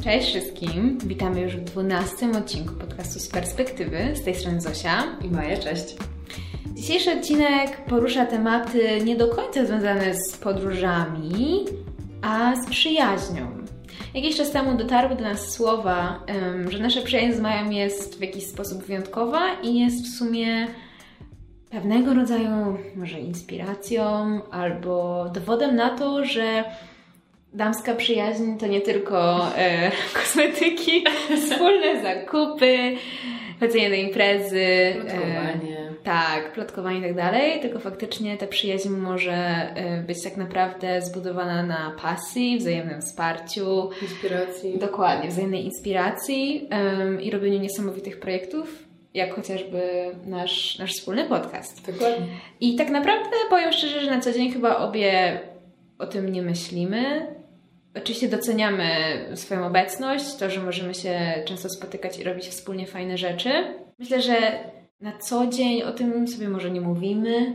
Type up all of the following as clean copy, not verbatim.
Cześć wszystkim, witamy już w 12. odcinku podcastu Z Perspektywy. Z tej strony Zosia i Maja, cześć. Dzisiejszy odcinek porusza tematy nie do końca związane z podróżami, a z przyjaźnią. Jakiś czas temu dotarły do nas słowa, że nasza przyjaźń z Mają jest w jakiś sposób wyjątkowa i jest w sumie pewnego rodzaju może inspiracją albo dowodem na to, że damska przyjaźń to nie tylko kosmetyki, wspólne zakupy, chodzenie na imprezy, plotkowanie i tak dalej, tylko faktycznie ta przyjaźń może być tak naprawdę zbudowana na pasji, wzajemnym wsparciu, inspiracji. Dokładnie, wzajemnej inspiracji i robieniu niesamowitych projektów, jak chociażby nasz wspólny podcast. Dokładnie. I tak naprawdę powiem szczerze, że na co dzień chyba obie o tym nie myślimy. Oczywiście doceniamy swoją obecność, to, że możemy się często spotykać i robić wspólnie fajne rzeczy. Myślę, że na co dzień o tym sobie może nie mówimy.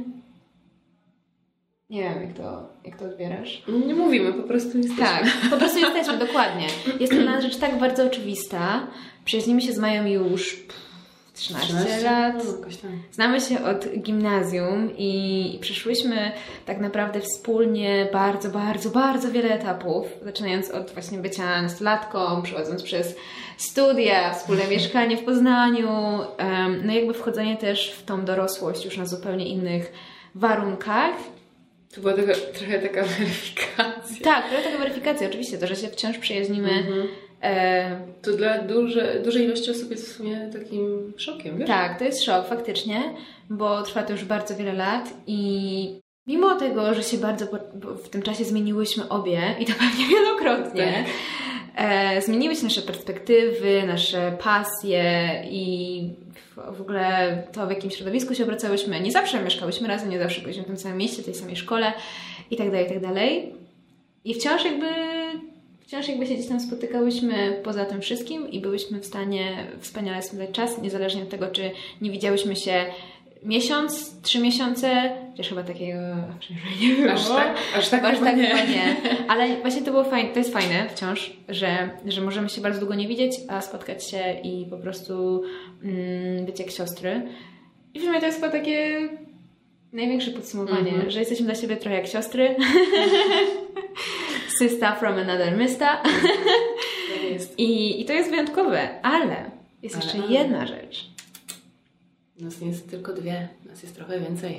Nie wiem, jak to odbierasz? Nie mówimy, po prostu jesteśmy. Tak, po prostu jesteśmy, dokładnie. Jest to na rzecz tak bardzo oczywista. Przyjaźnimy się z Mają już 13 lat. Znamy się od gimnazjum i przeszłyśmy tak naprawdę wspólnie bardzo wiele etapów, zaczynając od właśnie bycia nastolatką, przechodząc przez studia, wspólne mieszkanie w Poznaniu, no jakby wchodzenie też w tą dorosłość już na zupełnie innych warunkach. To była trochę taka weryfikacja. Tak, trochę taka weryfikacja, oczywiście, to, że się wciąż przyjaźnimy. To dla dużej ilości osób jest w sumie takim szokiem, wiesz? Tak, to jest szok faktycznie, bo trwa to już bardzo wiele lat i mimo tego, że się bardzo w tym czasie zmieniłyśmy obie i to pewnie wielokrotnie, zmieniły się nasze perspektywy, nasze pasje i w ogóle to, w jakim środowisku się obracałyśmy. Nie zawsze mieszkałyśmy razem, nie zawsze byliśmy w tym samym mieście, w tej samej szkole i tak dalej. I wciąż jakby się gdzieś tam spotykałyśmy poza tym wszystkim i byłyśmy w stanie wspaniale spędzać czas, niezależnie od tego, czy nie widziałyśmy się miesiąc, 3 miesiące, chociaż chyba takiego nie było. Aż tak nie. Ale właśnie to było fajne, to jest fajne wciąż, że możemy się bardzo długo nie widzieć, a spotkać się i po prostu być jak siostry. I w sumie to jest chyba takie największe podsumowanie, że jesteśmy dla siebie trochę jak siostry. Sister from another mister. I to jest wyjątkowe, ale jest jeszcze jedna rzecz. Nas nie jest tylko 2, nas jest trochę więcej.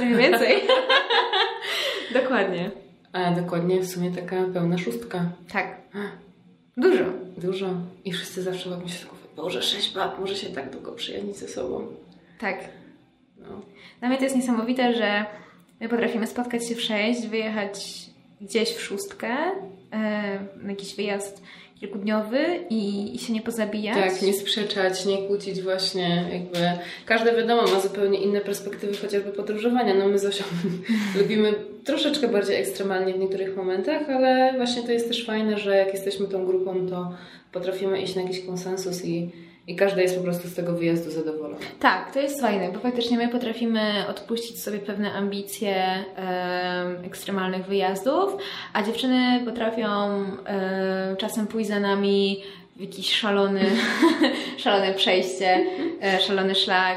Dokładnie. A dokładnie w sumie taka pełna 6. Tak. Dużo. I wszyscy zawsze łapią się z głowy. Boże, 6 bab, może się tak długo przyjaźnić ze sobą. Tak. Dla mnie to jest niesamowite, że my potrafimy spotkać się w 6, wyjechać gdzieś w 6, na jakiś wyjazd kilkudniowy i się nie pozabijać. Tak, nie sprzeczać, nie kłócić właśnie. Jakby każda wiadomo ma zupełnie inne perspektywy chociażby podróżowania. No my z Zosią lubimy troszeczkę bardziej ekstremalnie w niektórych momentach, ale właśnie to jest też fajne, że jak jesteśmy tą grupą, to potrafimy iść na jakiś konsensus i każda jest po prostu z tego wyjazdu zadowolona. Tak, to jest fajne, bo faktycznie my potrafimy odpuścić sobie pewne ambicje ekstremalnych wyjazdów, a dziewczyny potrafią czasem pójść za nami w jakiś szalone przejście, szalony szlak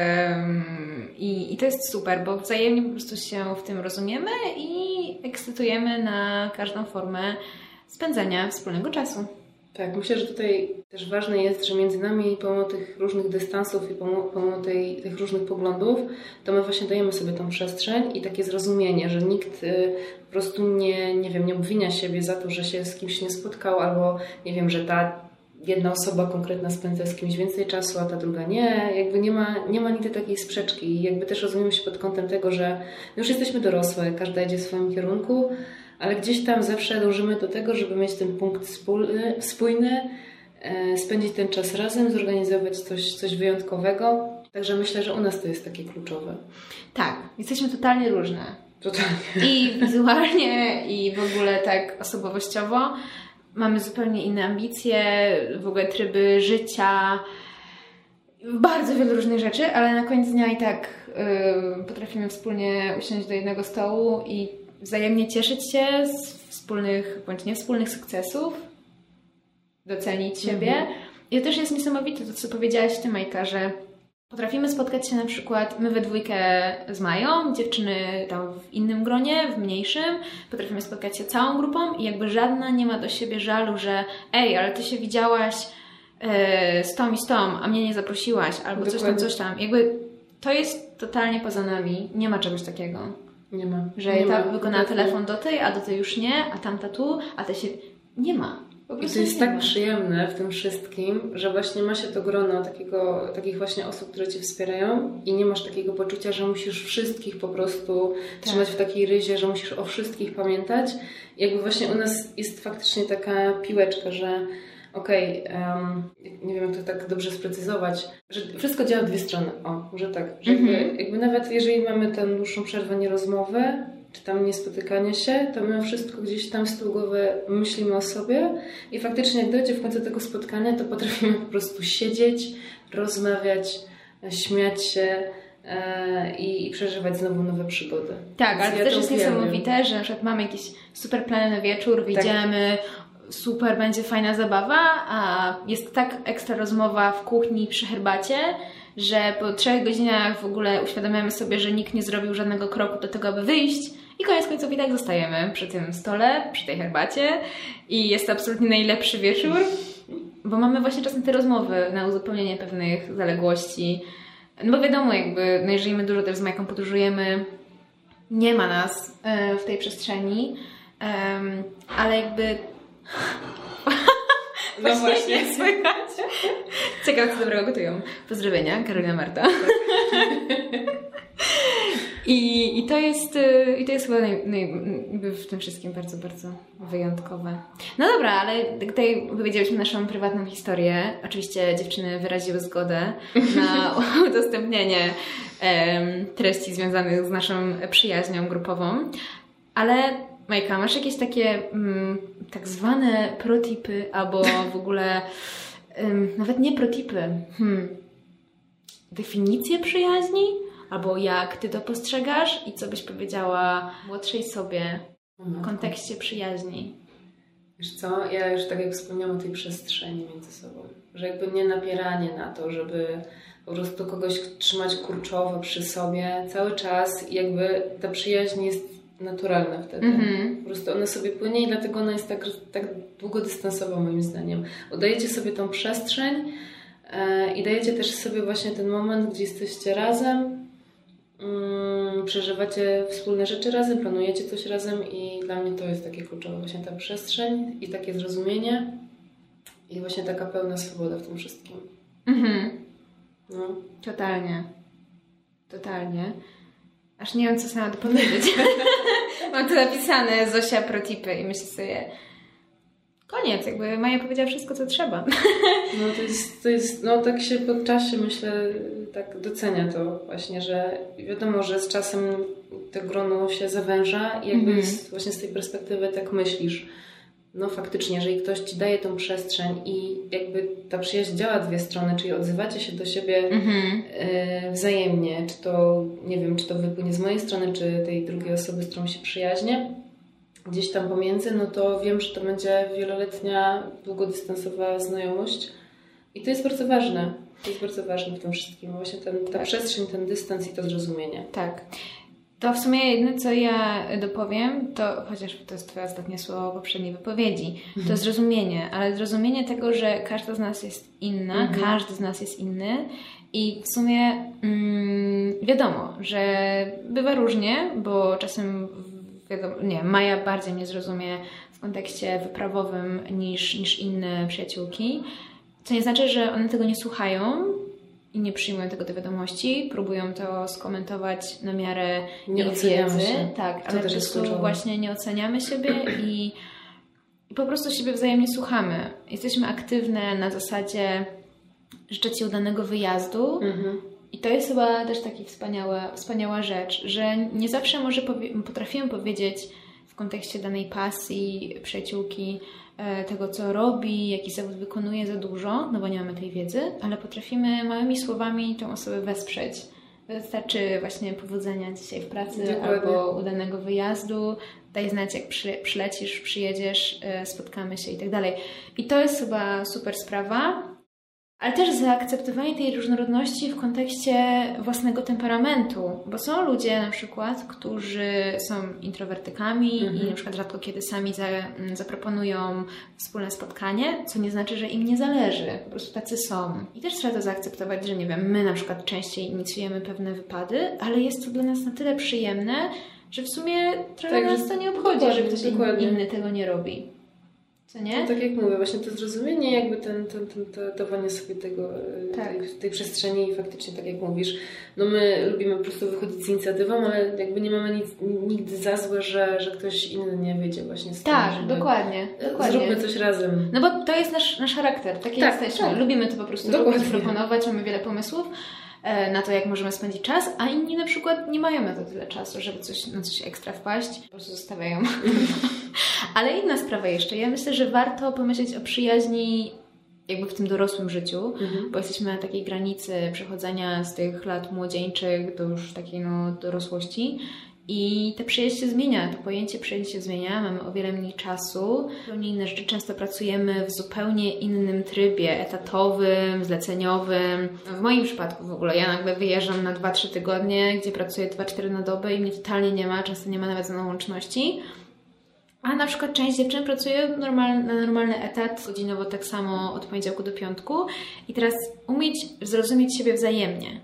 i to jest super, bo wzajemnie po prostu się w tym rozumiemy i ekscytujemy na każdą formę spędzania wspólnego czasu. Tak, myślę, że tutaj też ważne jest, że między nami pomimo tych różnych dystansów i pomimo tych różnych poglądów, to my właśnie dajemy sobie tą przestrzeń i takie zrozumienie, że nikt po prostu nie obwinia siebie za to, że się z kimś nie spotkał albo nie wiem, że ta jedna osoba konkretna spędza z kimś więcej czasu, a ta druga nie. Jakby nie ma nigdy takiej sprzeczki i jakby też rozumiemy się pod kątem tego, że już jesteśmy dorosłe, każda idzie w swoim kierunku, ale gdzieś tam zawsze dążymy do tego, żeby mieć ten punkt spójny, spędzić ten czas razem, zorganizować coś wyjątkowego. Także myślę, że u nas to jest takie kluczowe. Tak, jesteśmy totalnie różne. Totalnie. I wizualnie, i w ogóle tak osobowościowo. Mamy zupełnie inne ambicje, w ogóle tryby życia, bardzo wiele różnych rzeczy, ale na koniec dnia i tak potrafimy wspólnie usiąść do jednego stołu i wzajemnie cieszyć się z wspólnych bądź niewspólnych sukcesów. docenić siebie. I to też jest niesamowite, to co powiedziałaś Ty, Majka, że potrafimy spotkać się na przykład my we dwójkę z Mają, dziewczyny tam w innym gronie, w mniejszym, potrafimy spotkać się całą grupą i jakby żadna nie ma do siebie żalu, że ej, ale Ty się widziałaś z tą i z tą, a mnie nie zaprosiłaś, albo coś tam. Jakby to jest totalnie poza nami, nie ma czegoś takiego. Nie ma. Że ta wykonała telefon do tej, a do tej już nie, a tamta tu, a ta się... Nie ma. I to jest tak przyjemne w tym wszystkim, że właśnie ma się to grono takich właśnie osób, które Cię wspierają i nie masz takiego poczucia, że musisz wszystkich po prostu trzymać w takiej ryzie, że musisz o wszystkich pamiętać. I jakby właśnie u nas jest faktycznie taka piłeczka, że nie wiem jak to tak dobrze sprecyzować, że wszystko działa w dwie strony. Może tak, że jakby nawet jeżeli mamy tę dłuższą przerwę nierozmowy, czy tam niespotykania się, to mimo wszystko gdzieś tam z tyłu głowy myślimy o sobie i faktycznie jak dojdzie w końcu tego spotkania, to potrafimy po prostu siedzieć, rozmawiać, śmiać się i przeżywać znowu nowe przygody. Tak, ale to też jest niesamowite, że na przykład mamy jakiś super plan na wieczór, wyjdziemy, super, będzie fajna zabawa, a jest tak ekstra rozmowa w kuchni przy herbacie, że po 3 godzinach w ogóle uświadamiamy sobie, że nikt nie zrobił żadnego kroku do tego, aby wyjść i koniec końców i tak zostajemy przy tym stole, przy tej herbacie i jest to absolutnie najlepszy wieczór, bo mamy właśnie czasem te rozmowy na uzupełnienie pewnych zaległości. No bo wiadomo, jakby no jeżeli my dużo też z Majką podróżujemy, nie ma nas w tej przestrzeni, ale jakby... No właśnie. Słychać. Ciekawe, co dobrego gotują. Pozdrowienia, Karolina Marta. I to jest chyba w tym wszystkim bardzo, bardzo wyjątkowe. No dobra, ale tutaj powiedzieliśmy naszą prywatną historię. Oczywiście dziewczyny wyraziły zgodę na udostępnienie treści związanych z naszą przyjaźnią grupową. Ale Majka, masz jakieś takie tak zwane protipy albo w ogóle nawet nie protipy, definicje przyjaźni? Albo jak Ty to postrzegasz i co byś powiedziała młodszej sobie w kontekście przyjaźni? Wiesz co, ja już tak jak wspomniałam o tej przestrzeni między sobą, że jakby nie napieranie na to, żeby po prostu kogoś trzymać kurczowo przy sobie cały czas i jakby ta przyjaźń jest naturalna wtedy. Po prostu ona sobie płynie i dlatego ona jest tak długodystansowa moim zdaniem. Udajecie sobie tą przestrzeń i dajecie też sobie właśnie ten moment, gdzie jesteście razem, przeżywacie wspólne rzeczy razem, planujecie coś razem i dla mnie to jest takie kluczowe. Właśnie ta przestrzeń i takie zrozumienie i właśnie taka pełna swoboda w tym wszystkim. No. Totalnie. Aż nie wiem, co sama to powiedzieć. Mam tu napisane Zosia protipy i myślę sobie koniec, jakby Maja powiedziała wszystko, co trzeba. No to jest no tak się po czasie myślę, tak docenia to właśnie, że wiadomo, że z czasem to grono się zawęża i jakby właśnie z tej perspektywy tak myślisz. No faktycznie, jeżeli ktoś Ci daje tą przestrzeń i jakby ta przyjaźń działa w dwie strony, czyli odzywacie się do siebie wzajemnie, czy to, nie wiem, czy to wypłynie z mojej strony, czy tej drugiej osoby, z którą się przyjaźnię, gdzieś tam pomiędzy, no to wiem, że to będzie wieloletnia, długodystansowa znajomość i to jest bardzo ważne. To jest bardzo ważne w tym wszystkim. Właśnie ta przestrzeń, ten dystans i to zrozumienie. Tak. To w sumie jedno, co ja dopowiem, to chociaż to jest Twoje ostatnie słowo poprzedniej wypowiedzi, to zrozumienie, ale zrozumienie tego, że każda z nas jest inna, każdy z nas jest inny i w sumie wiadomo, że bywa różnie, bo czasem wiadomo, Maja bardziej mnie zrozumie w kontekście wyprawowym niż inne przyjaciółki, co nie znaczy, że one tego nie słuchają i nie przyjmują tego do wiadomości, próbują to skomentować na miarę ich wiedzy. Tak, ale po prostu właśnie nie oceniamy siebie i po prostu siebie wzajemnie słuchamy. Jesteśmy aktywne na zasadzie życzę Ci udanego wyjazdu i to jest chyba też taka wspaniała rzecz, że nie zawsze może potrafimy powiedzieć w kontekście danej pasji, przyjaciółki, tego, co robi, jaki zawód wykonuje za dużo, no bo nie mamy tej wiedzy, ale potrafimy małymi słowami tę osobę wesprzeć Wystarczy właśnie powodzenia dzisiaj w pracy Dokładnie. albo udanego wyjazdu. Daj znać, jak przylecisz, przyjedziesz, spotkamy się i tak dalej. I to jest chyba super sprawa, ale też zaakceptowanie tej różnorodności w kontekście własnego temperamentu, bo są ludzie na przykład, którzy są introwertykami i na przykład rzadko kiedy sami zaproponują wspólne spotkanie, co nie znaczy, że im nie zależy. Po prostu tacy są. I też trzeba to zaakceptować, że nie wiem, my na przykład częściej inicjujemy pewne wypady, ale jest to dla nas na tyle przyjemne, że w sumie trochę nas to nie obchodzi, że ktoś inny tego nie robi. Co nie? No, tak jak mówię, właśnie to zrozumienie, jakby to dawanie sobie tego, tej przestrzeni i faktycznie, tak jak mówisz, no my lubimy po prostu wychodzić z inicjatywą, ale jakby nie mamy nigdy za złe, że ktoś inny nie wyjdzie właśnie z tym. Tak, dokładnie. Zróbmy coś razem. No bo to jest nasz charakter, taki jesteśmy. Tak. Lubimy to po prostu robić, proponować, mamy wiele pomysłów na to, jak możemy spędzić czas, a inni na przykład nie mają na to tyle czasu, żeby na coś ekstra wpaść, po prostu zostawiają. Ale inna sprawa jeszcze. Ja myślę, że warto pomyśleć o przyjaźni jakby w tym dorosłym życiu, bo jesteśmy na takiej granicy przechodzenia z tych lat młodzieńczych do już takiej dorosłości i ta przyjaźń się zmienia, to pojęcie przyjaźni się zmienia, mamy o wiele mniej czasu, zupełnie inne rzeczy, często pracujemy w zupełnie innym trybie, etatowym, zleceniowym. W moim przypadku w ogóle, ja nagle wyjeżdżam na 2-3 tygodnie, gdzie pracuję 2-4 na dobę i mnie totalnie nie ma, często nie ma nawet ze mną łączności. A na przykład część dziewczyn pracuje na normalny etat, godzinowo tak samo od poniedziałku do piątku i teraz umieć zrozumieć siebie wzajemnie.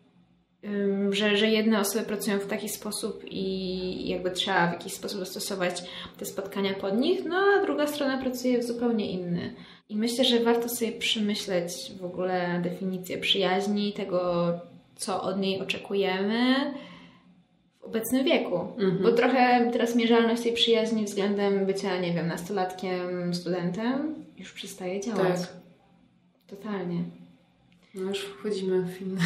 Że jedne osoby pracują w taki sposób i jakby trzeba w jakiś sposób dostosować te spotkania pod nich, no a druga strona pracuje w zupełnie inny. I myślę, że warto sobie przemyśleć w ogóle definicję przyjaźni, tego co od niej oczekujemy w obecnym wieku. Bo trochę teraz mierzalność tej przyjaźni względem bycia, nie wiem, nastolatkiem, studentem już przestaje działać. Tak. Totalnie. No już wchodzimy w inne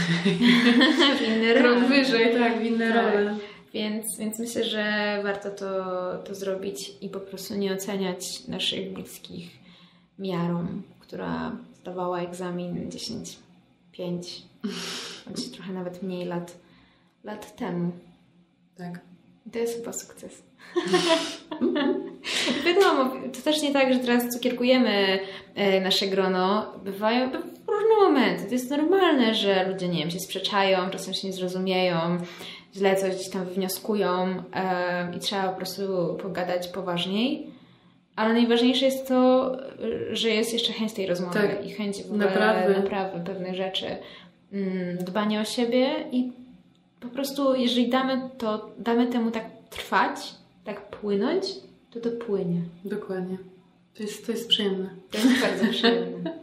krok wyżej, tak, w inne role. Więc myślę, że warto to zrobić i po prostu nie oceniać naszych bliskich miarą, która zdawała egzamin 10-5, bądź trochę nawet mniej lat temu. Tak. I to jest chyba sukces. Wiadomo, to też nie tak, że teraz cukierkujemy nasze grono. Bywają różne momenty. To jest normalne, że ludzie, nie wiem, się sprzeczają, czasem się nie zrozumieją, źle coś gdzieś tam wywnioskują i trzeba po prostu pogadać poważniej. Ale najważniejsze jest to, że jest jeszcze chęć tej rozmowy i chęć w ogóle naprawy pewnych rzeczy. Dbanie o siebie i po prostu, jeżeli damy temu tak trwać, tak płynąć, to płynie. Dokładnie. To jest przyjemne. To jest bardzo przyjemne.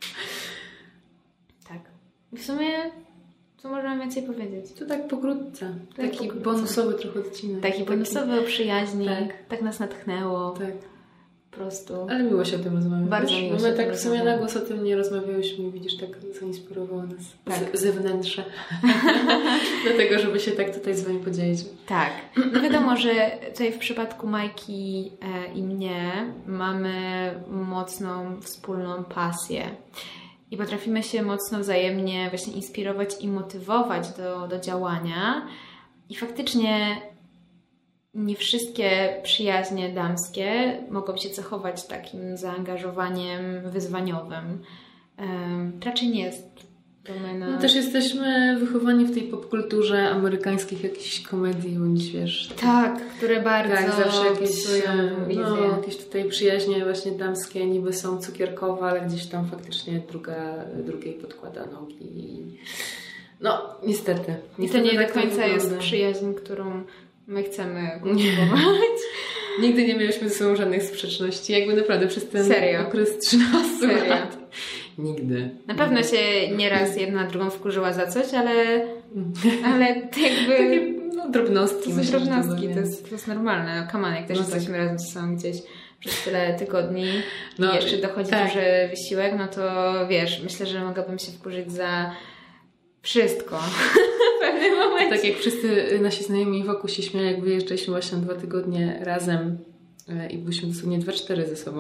Tak. I w sumie, co możemy więcej powiedzieć? To tak pokrótce. Taki bonusowy trochę odcinek. Taki bonusowy o przyjaźni. Tak nas natchnęło. Tak. Po prostu. Ale miło się o tym rozmawiać. Bardzo miło się my tak w sumie na głos o tym nie rozmawiałyśmy. Widzisz, tak zainspirowało nas ze wnętrza. Do tego, żeby się tak tutaj z Wami podzielić. Tak. No wiadomo, że tutaj w przypadku Majki i mnie mamy mocną wspólną pasję. I potrafimy się mocno wzajemnie właśnie inspirować i motywować do działania. I faktycznie nie wszystkie przyjaźnie damskie mogą się cechować takim zaangażowaniem wyzwaniowym. Raczej nie jest domena... No też jesteśmy wychowani w tej popkulturze amerykańskich jakichś komedii, bądź wiesz... Tak, które bardzo zawsze jakieś wizję. Jakieś tutaj przyjaźnie właśnie damskie niby są cukierkowe, ale gdzieś tam faktycznie drugiej podkłada nogi. No, niestety. I to nie do końca jest przyjaźń, którą my chcemy kultywować. Nigdy nie mieliśmy ze sobą żadnych sprzeczności. Jakby naprawdę przez ten okres 13 lat. Nigdy. Na pewno się nieraz jedna drugą wkurzyła za coś, ale jakby... Takie drobnostki. To są drobnostki, to jest normalne. No, come on, jak też jesteśmy razem ze sobą gdzieś przez tyle tygodni i jeszcze dochodzi duży wysiłek, no to wiesz, myślę, że mogłabym się wkurzyć za wszystko. W pewnym momencie. Tak jak wszyscy nasi znajomi wokół się śmiali, jak wyjeżdżaliśmy właśnie 2 tygodnie razem i byliśmy dosłownie 2-4 ze sobą.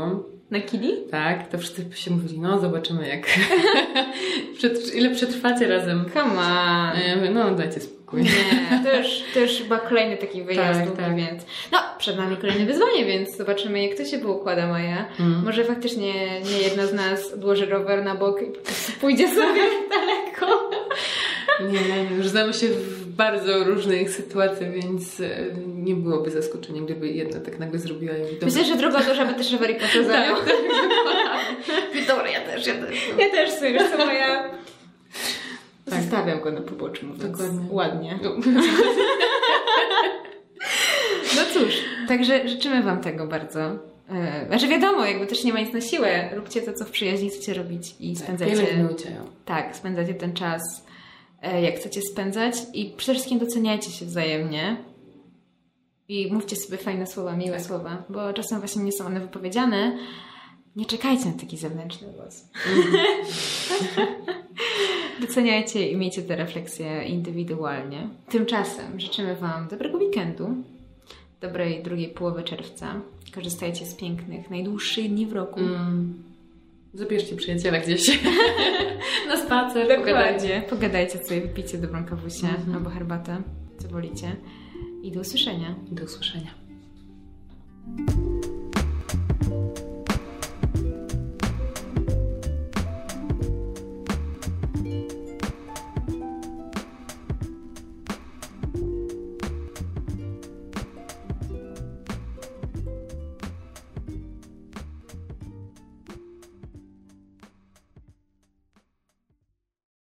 Na kili? Tak, to wszyscy się mówili, no zobaczymy ile przetrwacie razem. Come on. A ja mówię, no dajcie spokój. Nie, to już chyba kolejny taki wyjazd, tak. Więc no, przed nami kolejne wyzwanie, więc zobaczymy, jak to się poukłada, Maja. Może faktycznie nie jedna z nas odłoży rower na bok i po prostu pójdzie sobie daleko. Nie, już znamy się w bardzo różnych sytuacjach, więc nie byłoby zaskoczenia, gdyby jedna tak nagle zrobiła. Myślę, że druga duża by też rowerik poszła za nią. Dobra, ja też. Ja też sobie, wiesz co, Maja... Tak. Zostawiam go na poboczu, mówiąc dokładnie. Ładnie. No cóż, także życzymy Wam tego bardzo. Znaczy wiadomo, jakby też nie ma nic na siłę. Róbcie to, co w przyjaźni chcecie robić i spędzacie... Pielęgnujcie ją. Tak, spędzacie ten czas, jak chcecie spędzać i przede wszystkim doceniajcie się wzajemnie i mówcie sobie fajne słowa, miłe słowa, bo czasem właśnie nie są one wypowiedziane. Nie czekajcie na taki zewnętrzny głos. Doceniajcie i miejcie te refleksje indywidualnie. Tymczasem życzymy Wam dobrego weekendu, dobrej drugiej połowy czerwca. Korzystajcie z pięknych, najdłuższych dni w roku. Zabierzcie przyjaciela gdzieś na spacer. Pogadajcie sobie, wypijcie dobrą kawusię albo herbatę, co wolicie. I do usłyszenia. Do usłyszenia.